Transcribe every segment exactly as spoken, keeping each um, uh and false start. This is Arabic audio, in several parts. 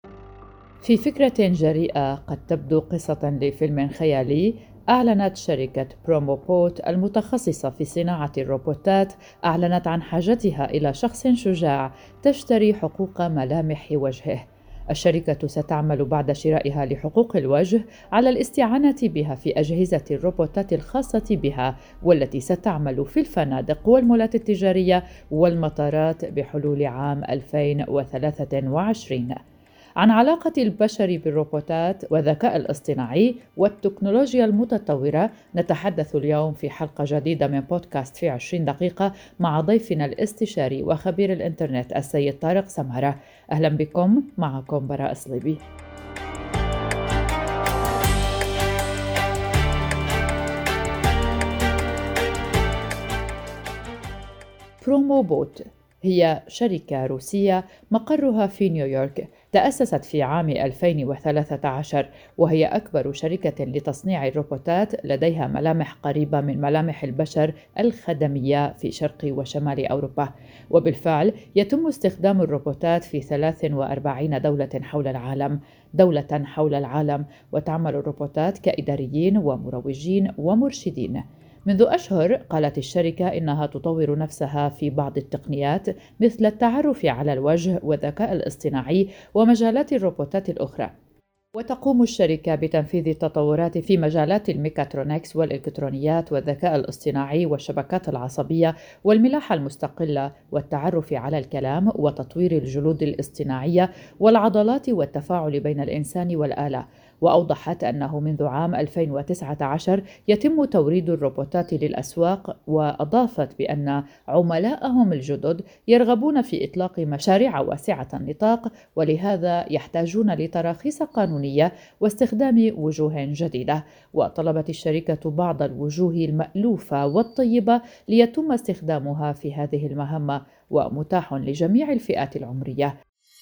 في فكرة جريئة قد تبدو قصة لفيلم خيالي، أعلنت شركة بروموبوت المتخصصة في صناعة الروبوتات أعلنت عن حاجتها إلى شخص شجاع تشتري حقوق ملامح وجهه. الشركة ستعمل بعد شرائها لحقوق الوجه على الاستعانة بها في أجهزة الروبوتات الخاصة بها، والتي ستعمل في الفنادق والمولات التجارية والمطارات بحلول عام ألفين وثلاثة وعشرين. عن علاقة البشر بالروبوتات والذكاء الاصطناعي والتكنولوجيا المتطورة نتحدث اليوم في حلقة جديدة من بودكاست في عشرين دقيقة مع ضيفنا الاستشاري وخبير الإنترنت السيد طارق سمرة. أهلا بكم، معكم براء صليبي. برومو بوت هي شركة روسية مقرها في نيويورك، تأسست في عام ألفين وثلاثة عشر، وهي أكبر شركة لتصنيع الروبوتات لديها ملامح قريبة من ملامح البشر الخدمية في شرق وشمال أوروبا. وبالفعل يتم استخدام الروبوتات في ثلاث وأربعين دولة حول العالم دولة حول العالم وتعمل الروبوتات كإداريين ومروجين ومرشدين. منذ أشهر قالت الشركة إنها تطور نفسها في بعض التقنيات مثل التعرف على الوجه والذكاء الاصطناعي ومجالات الروبوتات الأخرى. وتقوم الشركة بتنفيذ التطورات في مجالات الميكاترونكس والإلكترونيات والذكاء الاصطناعي والشبكات العصبية والملاحة المستقلة والتعرف على الكلام وتطوير الجلود الاصطناعية والعضلات والتفاعل بين الإنسان والآلة. وأوضحت أنه منذ عام ألفين وتسعة عشر يتم توريد الروبوتات للأسواق، وأضافت بأن عملاءهم الجدد يرغبون في إطلاق مشاريع واسعة النطاق، ولهذا يحتاجون لتراخيص قانونية واستخدام وجوه جديدة. وطلبت الشركة بعض الوجوه المألوفة والطيبة ليتم استخدامها في هذه المهمة، ومتاح لجميع الفئات العمرية.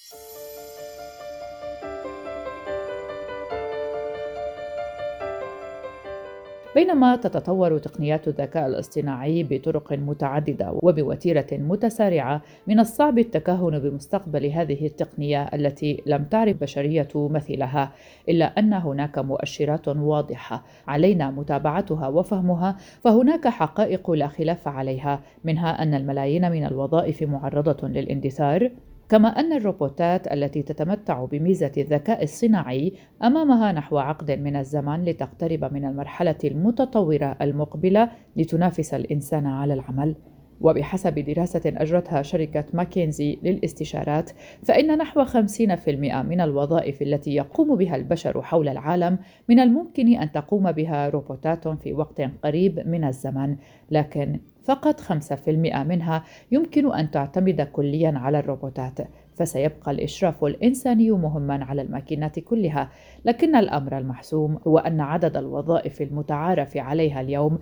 بينما تتطور تقنيات الذكاء الاصطناعي بطرق متعددة وبوتيرة متسارعة، من الصعب التكهن بمستقبل هذه التقنية التي لم تعرف بشرية مثيلها، إلا أن هناك مؤشرات واضحة علينا متابعتها وفهمها. فهناك حقائق لا خلاف عليها، منها أن الملايين من الوظائف معرضة للاندثار، كما أن الروبوتات التي تتمتع بميزة الذكاء الصناعي أمامها نحو عقد من الزمن لتقترب من المرحلة المتطورة المقبلة لتنافس الإنسان على العمل. وبحسب دراسة أجرتها شركة ماكنزي للاستشارات، فإن نحو خمسين بالمئة من الوظائف التي يقوم بها البشر حول العالم من الممكن أن تقوم بها روبوتات في وقت قريب من الزمن، لكن فقط خمسة بالمئة منها يمكن أن تعتمد كلياً على الروبوتات، فسيبقى الإشراف الإنساني مهماً على الماكينات كلها. لكن الأمر المحسوم هو أن عدد الوظائف المتعارف عليها اليوم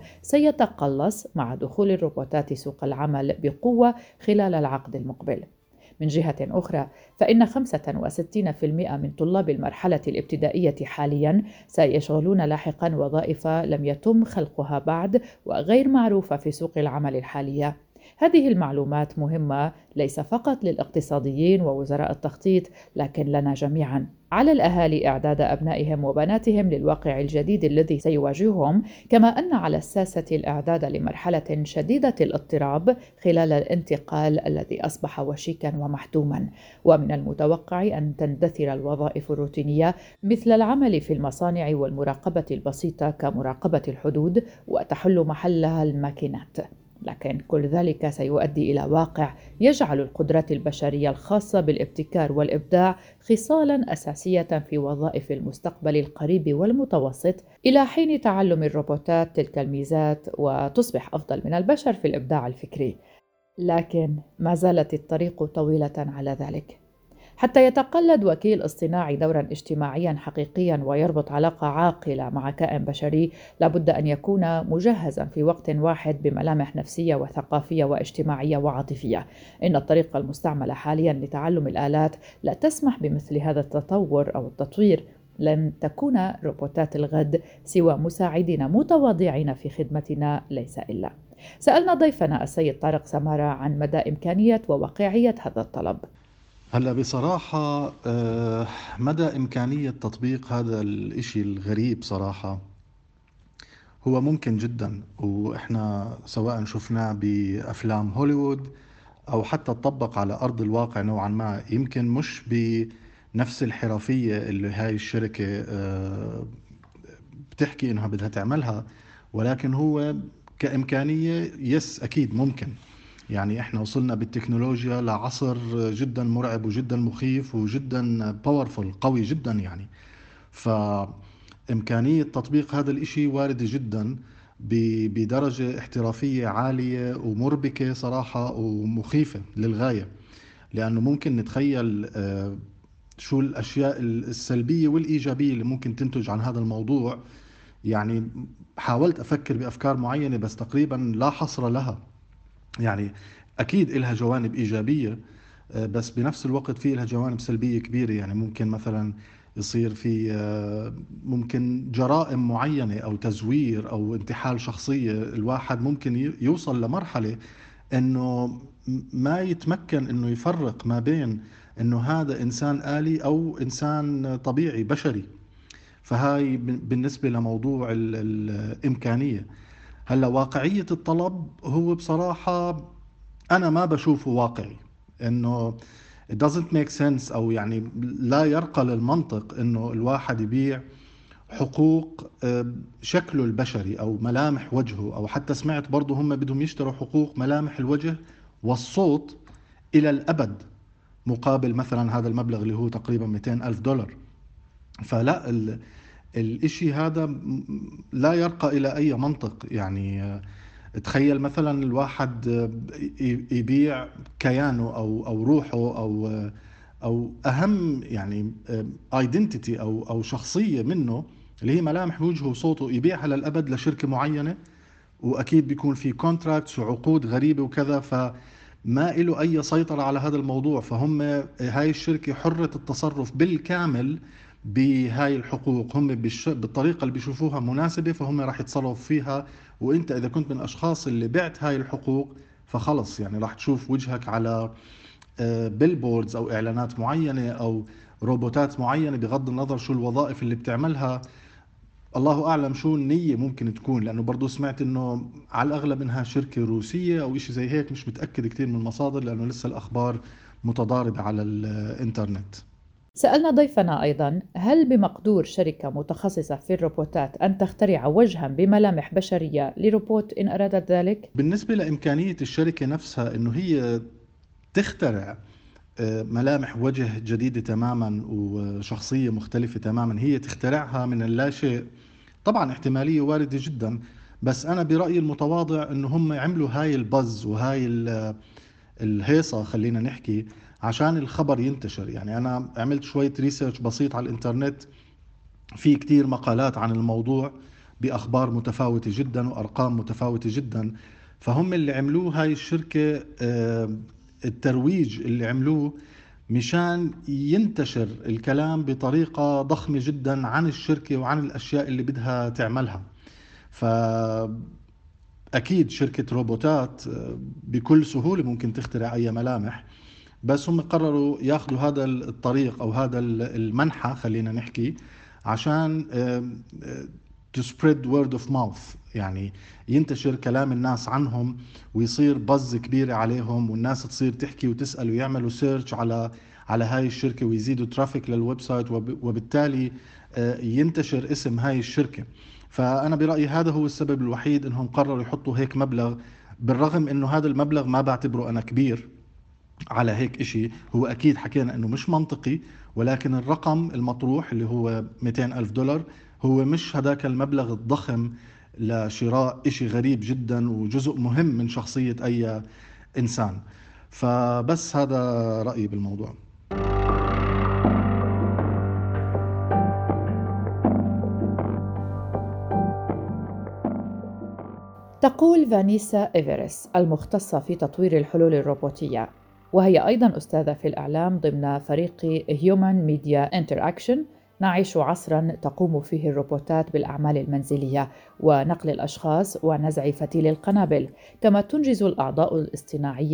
سيتقلص مع دخول الروبوتات سوق العمل بقوة خلال العقد المقبل. من جهة أخرى، فإن خمسة وستين بالمئة من طلاب المرحلة الابتدائية حالياً سيشغلون لاحقاً وظائف لم يتم خلقها بعد وغير معروفة في سوق العمل الحالية. هذه المعلومات مهمة ليس فقط للاقتصاديين ووزراء التخطيط، لكن لنا جميعاً. على الأهالي إعداد أبنائهم وبناتهم للواقع الجديد الذي سيواجههم، كما أن على الساسة الإعداد لمرحلة شديدة الاضطراب خلال الانتقال الذي أصبح وشيكاً ومحتوماً. ومن المتوقع أن تندثر الوظائف الروتينية مثل العمل في المصانع والمراقبة البسيطة كمراقبة الحدود، وتحل محلها الماكينات. لكن كل ذلك سيؤدي إلى واقع يجعل القدرات البشرية الخاصة بالابتكار والإبداع خصالاً أساسية في وظائف المستقبل القريب والمتوسط، إلى حين تعلم الروبوتات تلك الميزات وتصبح أفضل من البشر في الإبداع الفكري. لكن ما زالت الطريق طويلة على ذلك. حتى يتقلد وكيل اصطناعي دوراً اجتماعياً حقيقياً ويربط علاقة عاقلة مع كائن بشري، لابد أن يكون مجهزاً في وقت واحد بملامح نفسية وثقافية واجتماعية وعاطفية. إن الطريقة المستعملة حالياً لتعلم الآلات لا تسمح بمثل هذا التطور أو التطوير. لن تكون روبوتات الغد سوى مساعدين متواضعين في خدمتنا ليس إلا. سألنا ضيفنا السيد طارق سمارة عن مدى إمكانية وواقعية هذا الطلب. هلا بصراحة آه، مدى إمكانية تطبيق هذا الإشي الغريب صراحة هو ممكن جدا، وإحنا سواء شفناه بأفلام هوليوود أو حتى تطبق على أرض الواقع نوعا ما، يمكن مش بنفس الحرفية اللي هاي الشركة آه، بتحكي إنها بدها تعملها، ولكن هو كإمكانية يس أكيد ممكن. يعني احنا وصلنا بالتكنولوجيا لعصر جدا مرعب وجدا مخيف وجدا باورفul قوي جدا يعني. فإمكانية تطبيق هذا الاشي واردة جدا ب- بدرجة احترافية عالية ومربكة صراحة ومخيفة للغاية. لأنه ممكن نتخيل آه، شو الأشياء السلبية والإيجابية اللي ممكن تنتج عن هذا الموضوع. يعني حاولت أفكر بأفكار معينة بس تقريبا لا حصر لها. يعني أكيد إلها جوانب إيجابية، آه، بس بنفس الوقت في لها جوانب سلبية كبيرة. يعني ممكن مثلا يصير في آه، ممكن جرائم معينة أو تزوير أو انتحال شخصية. الواحد ممكن ي- يوصل لمرحلة أنه م- ما يتمكن أنه يفرق ما بين أنه هذا إنسان آلي أو إنسان طبيعي بشري. فهاي ب- بالنسبة لموضوع ال- الإمكانية. هلا واقعية الطلب هو بصراحة أنا ما بشوفه واقعي. إنه it doesn't make sense، أو يعني لا يرقى للمنطق إنه الواحد يبيع حقوق آه، شكله البشري أو ملامح وجهه. أو حتى سمعت برضو هم بدهم يشتروا حقوق ملامح الوجه والصوت إلى الأبد، مقابل مثلا هذا المبلغ اللي هو تقريبا مئتين ألف دولار. فلا ال- الإشي هذا م- لا يرقى إلى أي منطق يعني. آه، تخيل مثلا الواحد آه، ي- يبيع كيانه او او روحه او آه، او اهم يعني ايدنتيتي او او شخصيه منه اللي هي ملامح وجهه وصوته، يبيعها للابد لشركه معينه. واكيد بيكون في كونتراكتس وعقود غريبه وكذا، فما له اي سيطره على هذا الموضوع. فهم هاي الشركه حره التصرف بالكامل بهاي الحقوق. هم بالش... بالطريقه اللي بيشوفوها مناسبه فهم راح يتصرفوا فيها. وانت اذا كنت من الاشخاص اللي بعت هاي الحقوق فخلص يعني راح تشوف وجهك على بيلبوردز او اعلانات معينه او روبوتات معينه، بغض النظر شو الوظائف اللي بتعملها. الله اعلم شو النية ممكن تكون، لانه برضو سمعت انه على الاغلب انها شركة روسية او اشي زي هيك. مش متأكد كثير من المصادر لانه لسه الاخبار متضاربة على الانترنت. سألنا ضيفنا أيضا: هل بمقدور شركة متخصصة في الروبوتات أن تخترع وجها بملامح بشرية لروبوت إن أرادت ذلك؟ بالنسبة لامكانية الشركة نفسها انه هي تخترع آه، ملامح وجه جديدة تماما وشخصية مختلفة تماما، هي تخترعها من اللاشيء، طبعا احتمالية واردة جدا. بس أنا برأيي المتواضع أنه هم عملوا هاي البز وهاي ال- الهيصة خلينا نحكي عشان الخبر ينتشر. يعني أنا عملت شوية ريسيرش بسيط على الإنترنت، في كتير مقالات عن الموضوع بأخبار متفاوتة جدا وأرقام متفاوتة جدا. فهم اللي عملوه هاي الشركة آه، الترويج اللي عملوه مشان ينتشر الكلام بطريقة ضخمة جدا عن الشركة وعن الأشياء اللي بدها تعملها. فأكيد شركة روبوتات آه، بكل سهولة ممكن تخترع أي ملامح، بس هم قرروا ياخذوا هذا الطريق او هذا المنحى خلينا نحكي عشان آم، آه، to spread word of mouth، يعني ينتشر كلام الناس عنهم ويصير بز كبيرة عليهم، والناس تصير تحكي وتسأل ويعملوا سيرش على على هاي الشركة ويزيدوا ترافيك للويب سايت، وب- وبالتالي آه، ينتشر اسم هاي الشركة. فأنا برأيي هذا هو السبب الوحيد انهم قرروا يحطوا هيك مبلغ، بالرغم انه هذا المبلغ ما بعتبره انا كبير على هيك إشي. هو أكيد حكينا أنه مش منطقي، ولكن الرقم المطروح اللي هو مئتين ألف دولار هو مش هذاك المبلغ الضخم لشراء إشي غريب جدا وجزء مهم من شخصية أي إنسان. فبس هذا رأيي بالموضوع. تقول فانيسا إيفرس المختصة في تطوير الحلول الروبوتية، وهي أيضا أستاذة في الإعلام ضمن فريق Human Media Interaction: نعيش عصرا تقوم فيه الروبوتات بالأعمال المنزلية ونقل الأشخاص ونزع فتيل القنابل، كما تنجز الأعضاء الاصطناعية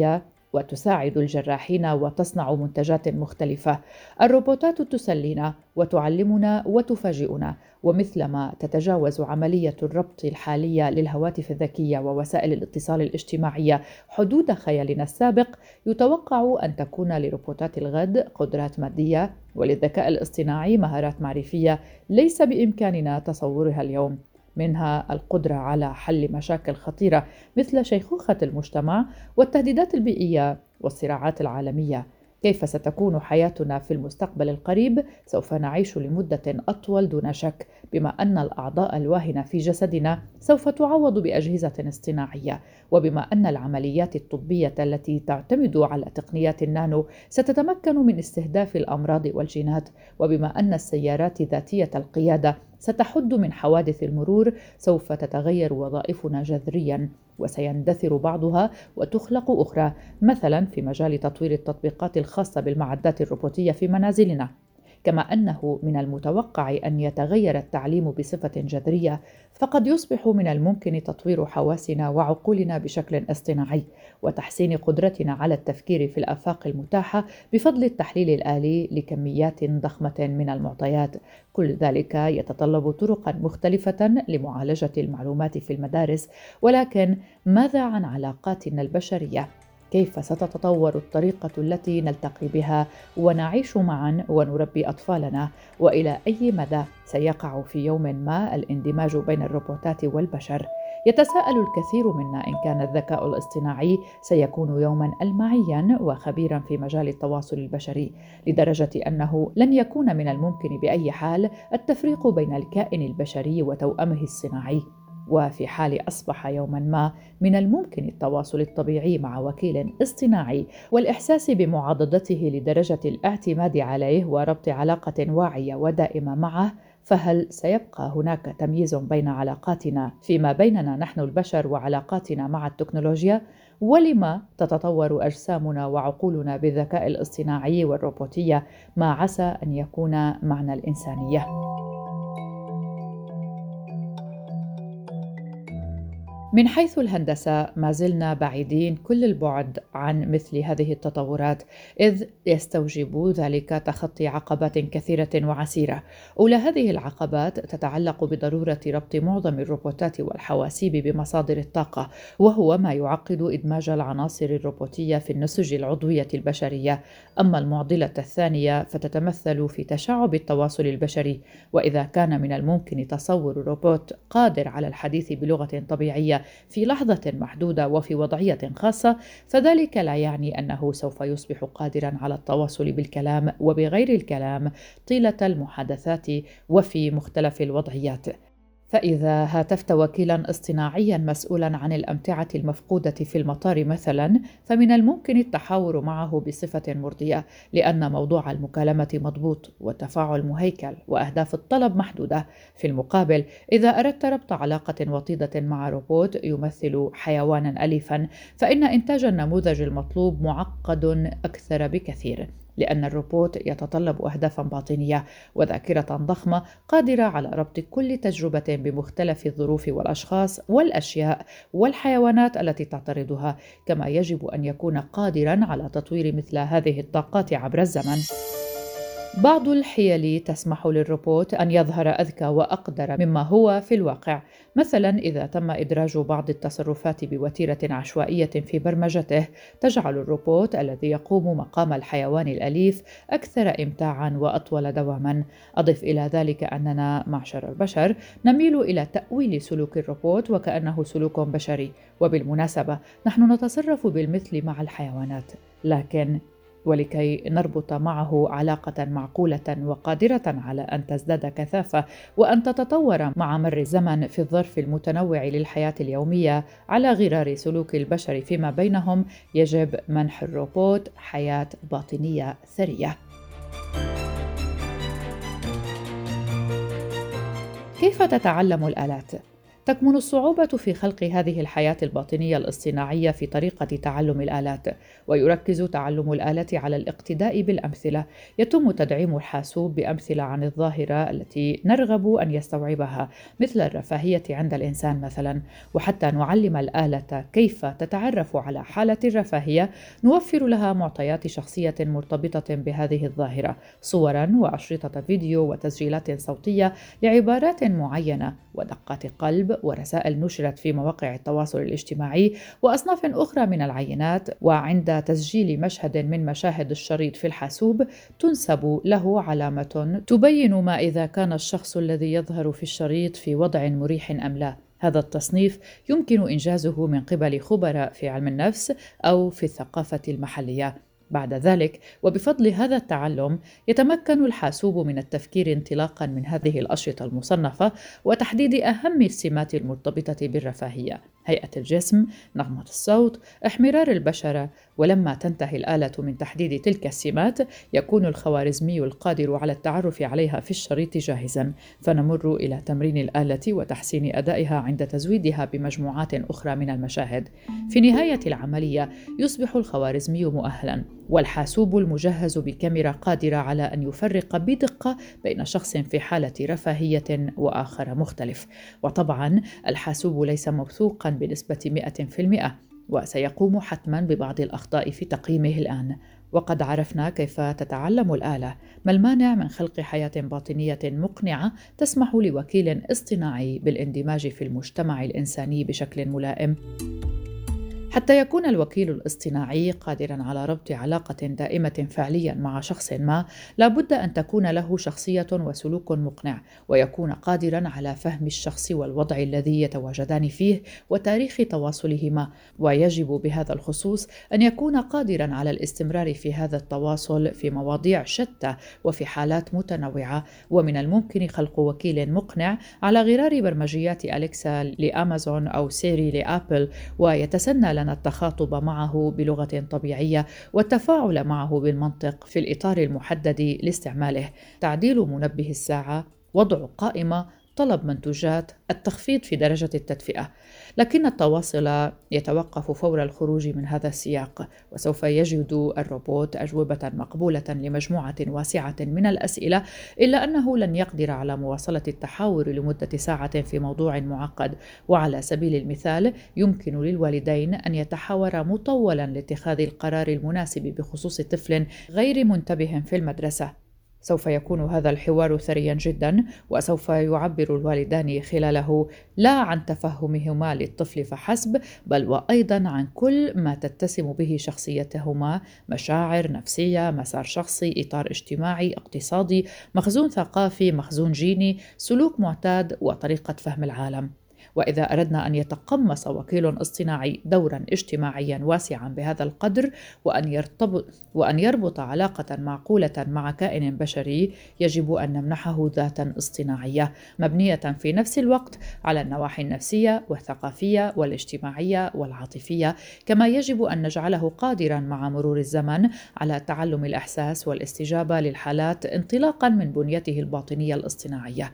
وتساعد الجراحين وتصنع منتجات مختلفة. الروبوتات تسلينا وتعلمنا وتفاجئنا، ومثلما تتجاوز عملية الربط الحالية للهواتف الذكية ووسائل الاتصال الاجتماعية حدود خيالنا السابق، يتوقع أن تكون لروبوتات الغد قدرات مادية، وللذكاء الاصطناعي مهارات معرفية ليس بإمكاننا تصورها اليوم، منها القدرة على حل مشاكل خطيرة مثل شيخوخة المجتمع والتهديدات البيئية والصراعات العالمية. كيف ستكون حياتنا في المستقبل القريب؟ سوف نعيش لمدة أطول دون شك، بما أن الأعضاء الواهنة في جسدنا سوف تعوض بأجهزة اصطناعية، وبما أن العمليات الطبية التي تعتمد على تقنيات النانو ستتمكن من استهداف الأمراض والجينات، وبما أن السيارات ذاتية القيادة ستحد من حوادث المرور، سوف تتغير وظائفنا جذرياً، وسيندثر بعضها وتخلق أخرى، مثلاً في مجال تطوير التطبيقات الخاصة بالمعدات الروبوتية في منازلنا. كما أنه من المتوقع أن يتغير التعليم بصفة جذرية، فقد يصبح من الممكن تطوير حواسنا وعقولنا بشكل اصطناعي، وتحسين قدرتنا على التفكير في الآفاق المتاحة بفضل التحليل الآلي لكميات ضخمة من المعطيات. كل ذلك يتطلب طرقا مختلفة لمعالجة المعلومات في المدارس، ولكن ماذا عن علاقاتنا البشرية؟ كيف ستتطور الطريقة التي نلتقي بها ونعيش معا ونربي أطفالنا؟ وإلى أي مدى سيقع في يوم ما الاندماج بين الروبوتات والبشر؟ يتساءل الكثير منا إن كان الذكاء الاصطناعي سيكون يوما ألمعيا وخبيرا في مجال التواصل البشري، لدرجة أنه لن يكون من الممكن بأي حال التفريق بين الكائن البشري وتوأمه الصناعي. وفي حال أصبح يوما ما من الممكن التواصل الطبيعي مع وكيل اصطناعي والإحساس بمعاضدته لدرجة الاعتماد عليه وربط علاقة واعية ودائمة معه، فهل سيبقى هناك تمييز بين علاقاتنا فيما بيننا نحن البشر وعلاقاتنا مع التكنولوجيا؟ ولما تتطور أجسامنا وعقولنا بالذكاء الاصطناعي والروبوتية ما عسى أن يكون معنى الإنسانية؟ من حيث الهندسة ما زلنا بعيدين كل البعد عن مثل هذه التطورات، إذ يستوجب ذلك تخطي عقبات كثيرة وعسيرة. أولى هذه العقبات تتعلق بضرورة ربط معظم الروبوتات والحواسيب بمصادر الطاقة، وهو ما يعقد إدماج العناصر الروبوتية في النسج العضوية البشرية. أما المعضلة الثانية فتتمثل في تشعب التواصل البشري، وإذا كان من الممكن تصور روبوت قادر على الحديث بلغة طبيعية في لحظة محدودة وفي وضعية خاصة، فذلك لا يعني أنه سوف يصبح قادراً على التواصل بالكلام وبغير الكلام طيلة المحادثات وفي مختلف الوضعيات. فإذا هاتفت وكيلاً اصطناعياً مسؤولاً عن الأمتعة المفقودة في المطار مثلاً، فمن الممكن التحاور معه بصفة مرضية، لأن موضوع المكالمة مضبوط والتفاعل مهيكل وأهداف الطلب محدودة. في المقابل، إذا أردت ربط علاقة وطيدة مع روبوت يمثل حيواناً أليفاً، فإن إنتاج النموذج المطلوب معقد أكثر بكثير، لأن الروبوت يتطلب أهدافاً باطنية وذاكرة ضخمة قادرة على ربط كل تجربة بمختلف الظروف والأشخاص والأشياء والحيوانات التي تعترضها، كما يجب أن يكون قادراً على تطوير مثل هذه الطاقات عبر الزمن. بعض الحيل تسمح للروبوت أن يظهر أذكى وأقدر مما هو في الواقع، مثلا إذا تم إدراج بعض التصرفات بوتيرة عشوائية في برمجته تجعل الروبوت الذي يقوم مقام الحيوان الأليف أكثر إمتاعا وأطول دواما. أضف إلى ذلك أننا معشر البشر نميل إلى تأويل سلوك الروبوت وكأنه سلوك بشري، وبالمناسبة نحن نتصرف بالمثل مع الحيوانات، لكن ولكي نربط معه علاقة معقولة وقادرة على أن تزداد كثافة وأن تتطور مع مر الزمن في الظرف المتنوع للحياة اليومية على غرار سلوك البشر فيما بينهم، يجب منح الروبوت حياة باطنية ثرية. كيف تتعلم الآلات؟ تكمن الصعوبة في خلق هذه الحياة الباطنية الاصطناعية في طريقة تعلم الآلات، ويركز تعلم الآلة على الاقتداء بالأمثلة. يتم تدعيم الحاسوب بأمثلة عن الظاهرة التي نرغب أن يستوعبها، مثل الرفاهية عند الإنسان مثلا. وحتى نعلم الآلة كيف تتعرف على حالة الرفاهية، نوفر لها معطيات شخصية مرتبطة بهذه الظاهرة، صورا وأشرطة فيديو وتسجيلات صوتية لعبارات معينة ودقات قلب ورسائل نشرت في مواقع التواصل الاجتماعي وأصناف أخرى من العينات. وعند تسجيل مشهد من مشاهد الشريط في الحاسوب تنسب له علامة تبين ما إذا كان الشخص الذي يظهر في الشريط في وضع مريح أم لا. هذا التصنيف يمكن إنجازه من قبل خبراء في علم النفس أو في الثقافة المحلية. بعد ذلك وبفضل هذا التعلم يتمكن الحاسوب من التفكير انطلاقا من هذه الأشرطة المصنفة وتحديد أهم السمات المرتبطة بالرفاهية: هيئة الجسم، نغمة الصوت، احمرار البشرة. ولما تنتهي الآلة من تحديد تلك السمات يكون الخوارزمي القادر على التعرف عليها في الشريط جاهزا، فنمر إلى تمرين الآلة وتحسين أدائها عند تزويدها بمجموعات أخرى من المشاهد. في نهاية العملية يصبح الخوارزمي مؤهلا، والحاسوب المجهز بكاميرا قادرة على أن يفرق بدقة بين شخص في حالة رفاهية وآخر مختلف. وطبعا الحاسوب ليس موثوقا بنسبة مئة في المئة، وسيقوم حتما ببعض الأخطاء في تقييمه الآن. وقد عرفنا كيف تتعلم الآلة، ما المانع من خلق حياة باطنية مقنعة تسمح لوكيل اصطناعي بالاندماج في المجتمع الإنساني بشكل ملائم؟ حتى يكون الوكيل الاصطناعي قادراً على ربط علاقة دائمة فعلياً مع شخص ما، لابد أن تكون له شخصية وسلوك مقنع، ويكون قادراً على فهم الشخص والوضع الذي يتواجدان فيه وتاريخ تواصلهما. ويجب بهذا الخصوص أن يكون قادراً على الاستمرار في هذا التواصل في مواضيع شتى وفي حالات متنوعة. ومن الممكن خلق وكيل مقنع على غرار برمجيات أليكسا لأمازون أو سيري لأبل، ويتسنى لنا التخاطب معه بلغة طبيعية والتفاعل معه بالمنطق في الإطار المحدد لاستعماله: تعديل منبه الساعة، وضع قائمة، طلب منتوجات، التخفيض في درجة التدفئة. لكن التواصل يتوقف فور الخروج من هذا السياق، وسوف يجد الروبوت أجوبة مقبولة لمجموعة واسعة من الأسئلة، إلا أنه لن يقدر على مواصلة التحاور لمدة ساعة في موضوع معقد. وعلى سبيل المثال يمكن للوالدين أن يتحاورا مطولا لاتخاذ القرار المناسب بخصوص طفل غير منتبه في المدرسة. سوف يكون هذا الحوار ثريا جدا، وسوف يعبر الوالدان خلاله لا عن تفهمهما للطفل فحسب، بل وأيضا عن كل ما تتسم به شخصيتهما: مشاعر، نفسية، مسار شخصي، إطار اجتماعي، اقتصادي، مخزون ثقافي، مخزون جيني، سلوك معتاد، وطريقة فهم العالم. وإذا أردنا أن يتقمص وكيل اصطناعي دورا اجتماعيا واسعا بهذا القدر وأن يرتبط, وأن يربط علاقة معقولة مع كائن بشري، يجب أن نمنحه ذاتا اصطناعية مبنية في نفس الوقت على النواحي النفسية والثقافية والاجتماعية والعاطفية، كما يجب أن نجعله قادرا مع مرور الزمن على تعلم الإحساس والاستجابة للحالات انطلاقا من بنيته الباطنية الاصطناعية.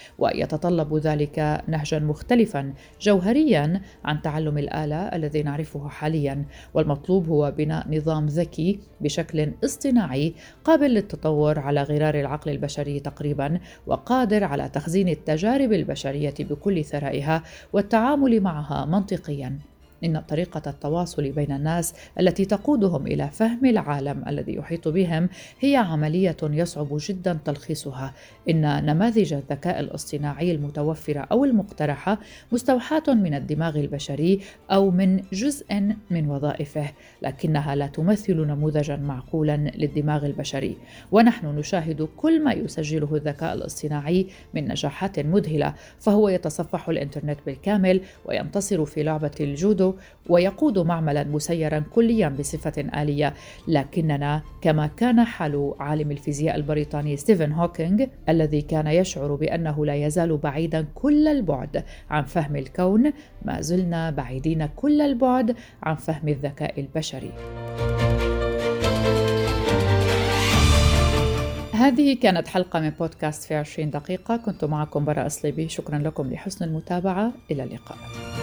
ويتطلب ذلك نهجا مختلفا جوهريا عن تعلم الآلة الذي نعرفه حاليا، والمطلوب هو بناء نظام ذكي بشكل اصطناعي قابل للتطور على غرار العقل البشري تقريبا، وقادر على تخزين التجارب البشرية بكل ثرائها والتعامل معها منطقيا. إن طريقة التواصل بين الناس التي تقودهم إلى فهم العالم الذي يحيط بهم هي عملية يصعب جدا تلخيصها. إن نماذج الذكاء الاصطناعي المتوفرة أو المقترحة مستوحاة من الدماغ البشري أو من جزء من وظائفه، لكنها لا تمثل نموذجا معقولا للدماغ البشري. ونحن نشاهد كل ما يسجله الذكاء الاصطناعي من نجاحات مذهلة، فهو يتصفح الإنترنت بالكامل وينتصر في لعبة الجودو ويقود معملا مسيرا كليا بصفة آلية. لكننا كما كان حال عالم الفيزياء البريطاني ستيفن هوكينج الذي كان يشعر بأنه لا يزال بعيدا كل البعد عن فهم الكون، ما زلنا بعيدين كل البعد عن فهم الذكاء البشري. هذه كانت حلقة من بودكاست في عشرين دقيقة، كنت معكم براء صليبي، شكرا لكم لحسن المتابعة، إلى اللقاء.